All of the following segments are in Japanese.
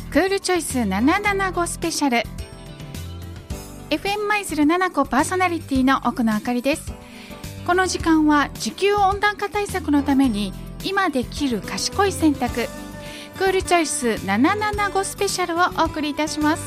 クールチョイス775スペシャル。 FM 舞鶴7個パーソナリティの奥野あかりです。この時間は地球温暖化対策のために今できる賢い選択、クールチョイス775スペシャルをお送りいたします。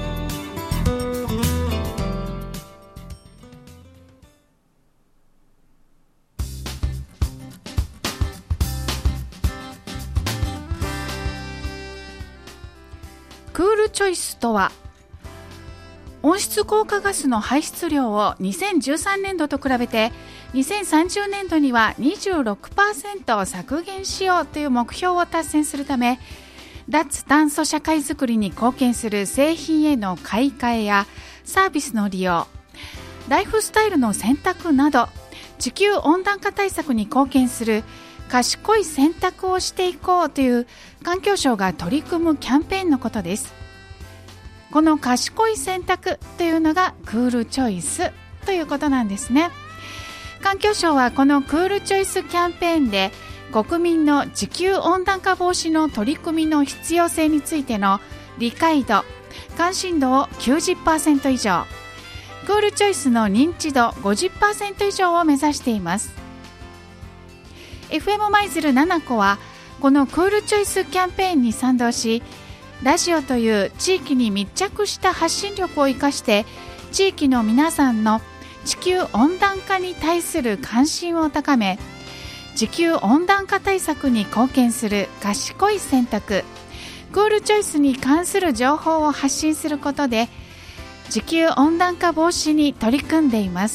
クールチョイスとは、温室効果ガスの排出量を2013年度と比べて2030年度には 26% 削減しようという目標を達成するため、脱炭素社会づくりに貢献する製品への買い替えやサービスの利用、ライフスタイルの選択など、地球温暖化対策に貢献する賢い選択をしていこうという環境省が取り組むキャンペーンのことです。この賢い選択というのがクールチョイスということなんですね。環境省はこのクールチョイスキャンペーンで国民の地球温暖化防止の取り組みの必要性についての理解度、関心度を 90% 以上、クールチョイスの認知度 50% 以上を目指しています。FM 舞鶴7個はこのクールチョイスキャンペーンに賛同し、ラジオという地域に密着した発信力を生かして、地域の皆さんの地球温暖化に対する関心を高め、地球温暖化対策に貢献する賢い選択、クールチョイスに関する情報を発信することで、地球温暖化防止に取り組んでいます。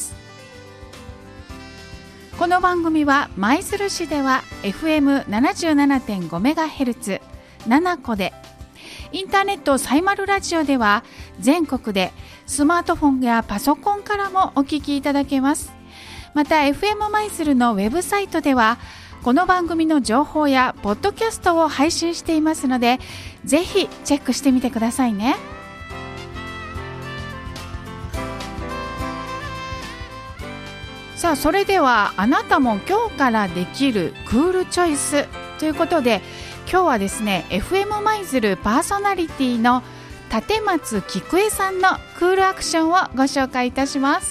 この番組は舞鶴市では FM77.5MHz 7個で、インターネットサイマルラジオでは全国でスマートフォンやパソコンからもお聞きいただけます。また FM 舞鶴のウェブサイトではこの番組の情報やポッドキャストを配信していますので、ぜひチェックしてみてくださいね。さあ、それではあなたも今日からできるクールチョイスということで、今日はですね FM 舞鶴パーソナリティの立松菊江さんのクールアクションをご紹介いたします。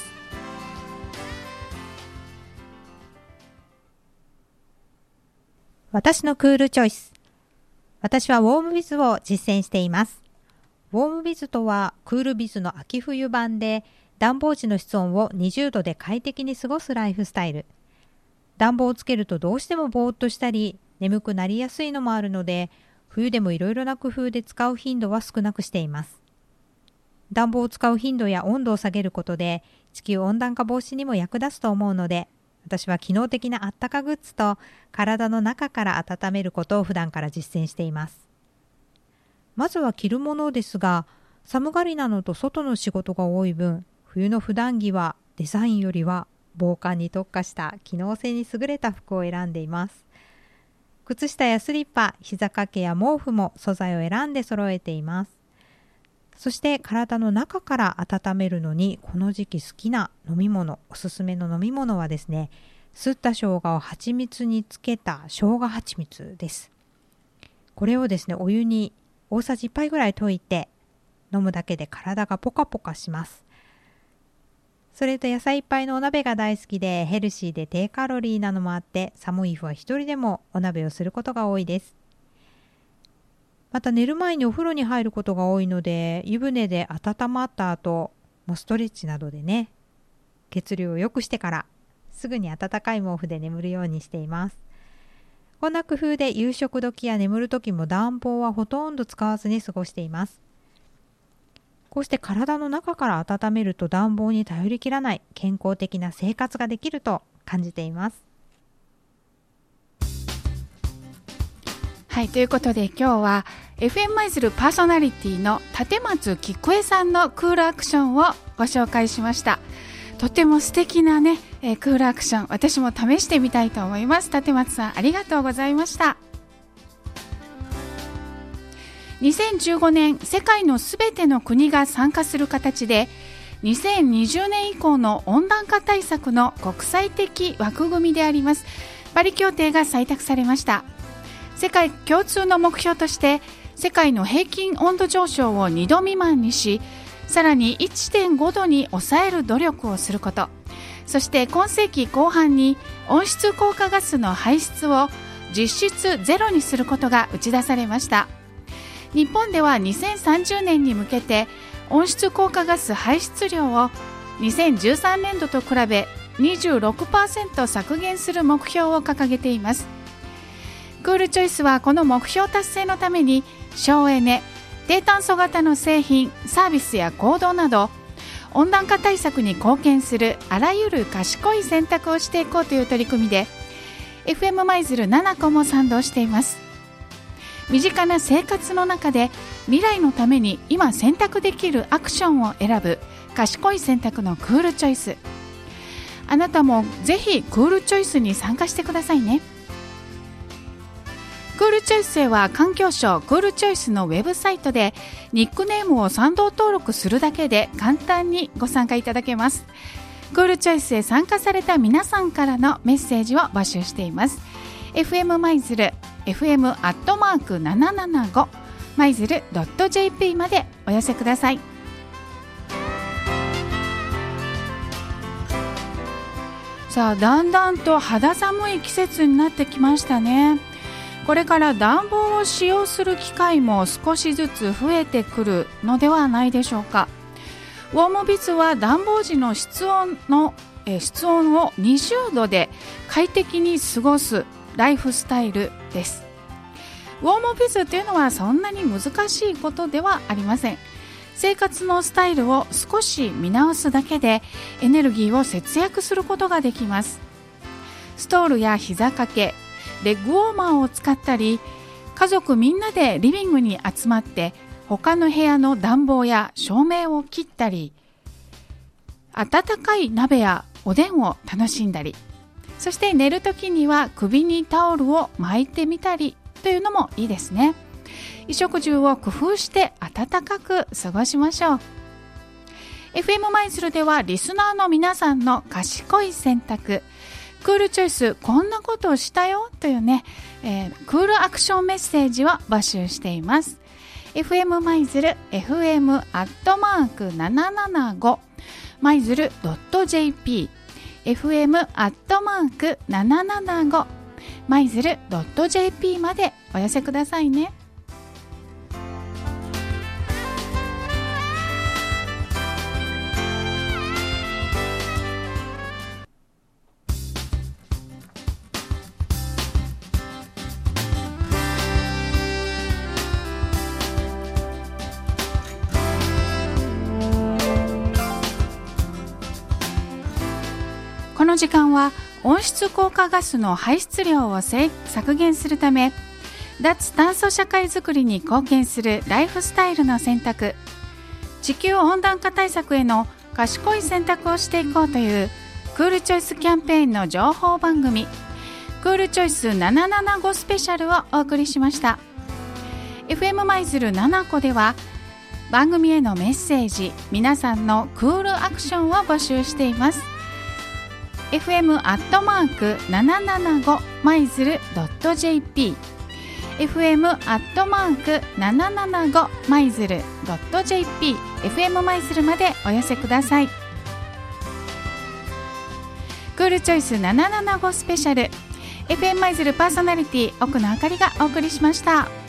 私のクールチョイス。私はウォームビズを実践しています。ウォームビズとはクールビズの秋冬版で、暖房時の室温を20度で快適に過ごすライフスタイル。暖房をつけるとどうしてもぼーっとしたり眠くなりやすいのもあるので、冬でもいろいろな工夫で使う頻度は少なくしています。暖房を使う頻度や温度を下げることで地球温暖化防止にも役立つと思うので、私は機能的なあったかグッズと体の中から温めることを普段から実践しています。まずは着るものですが、寒がりなのと外の仕事が多い分、冬の普段着はデザインよりは防寒に特化した機能性に優れた服を選んでいます。靴下やスリッパ、膝掛けや毛布も素材を選んで揃えています。そして体の中から温めるのにこの時期好きな飲み物、おすすめの飲み物はですね、すった生姜を蜂蜜につけた生姜蜂蜜です。これをですね、お湯に大さじ1杯ぐらい溶いて飲むだけで体がポカポカします。それと野菜いっぱいのお鍋が大好きで、ヘルシーで低カロリーなのもあって、寒い日は一人でもお鍋をすることが多いです。また寝る前にお風呂に入ることが多いので、湯船で温まった後、ストレッチなどでね、血流を良くしてからすぐに温かい毛布で眠るようにしています。こんな工夫で夕食時や眠る時も暖房はほとんど使わずに過ごしています。こうして体の中から温めると暖房に頼りきらない健康的な生活ができると感じています。 はい、ということで今日は FM 舞鶴パーソナリティの立松菊江さんのクールアクションをご紹介しました。とても素敵なね、クールアクション、私も試してみたいと思います。立松さん、ありがとうございました。2015年、世界のすべての国が参加する形で2020年以降の温暖化対策の国際的枠組みでありますパリ協定が採択されました。世界共通の目標として世界の平均温度上昇を2度未満にし、さらに 1.5 度に抑える努力をすること、そして今世紀後半に温室効果ガスの排出を実質ゼロにすることが打ち出されました。日本では2030年に向けて温室効果ガス排出量を2013年度と比べ 26% 削減する目標を掲げています。クールチョイスはこの目標達成のために省エネ、低炭素型の製品、サービスや行動など温暖化対策に貢献するあらゆる賢い選択をしていこうという取り組みで、 FM 舞鶴7個も賛同しています。身近な生活の中で未来のために今選択できるアクションを選ぶ賢い選択のクールチョイス。あなたもぜひクールチョイスに参加してくださいね。クールチョイスへは環境省クールチョイスのウェブサイトでニックネームを賛同登録するだけで簡単にご参加いただけます。クールチョイスへ参加された皆さんからのメッセージを募集しています。 FM 舞鶴 FM@775 舞鶴 .jp までお寄せください。さあ、だんだんと肌寒い季節になってきましたね。これから暖房を使用する機会も少しずつ増えてくるのではないでしょうか。ウォームビズは暖房時の室温を20度で快適に過ごすライフスタイルです。ウォームビズというのはそんなに難しいことではありません。生活のスタイルを少し見直すだけでエネルギーを節約することができます。ストールや膝掛け、レッグウォーマーを使ったり、家族みんなでリビングに集まって他の部屋の暖房や照明を切ったり、温かい鍋やおでんを楽しんだり、そして寝るときには首にタオルを巻いてみたりというのもいいですね。衣食住を工夫して暖かく過ごしましょう。 FM 舞鶴ではリスナーの皆さんの賢い選択、クールチョイスこんなことをしたよというね、クールアクションメッセージを募集しています。 FM 舞鶴 FM@775 舞鶴 .jp FM@775 舞鶴 .jp までお寄せくださいね。この時間は温室効果ガスの排出量を削減するため脱炭素社会づくりに貢献するライフスタイルの選択、地球温暖化対策への賢い選択をしていこうというクールチョイスキャンペーンの情報番組、クールチョイス775スペシャルをお送りしました。 FM 舞鶴7個では番組へのメッセージ、皆さんのクールアクションを募集しています。FM@775 舞鶴 .jp FM@775 舞鶴 .jp FM 舞鶴までお寄せください。クールチョイス775スペシャル、 FM 舞鶴パーソナリティ奥野あかりがお送りしました。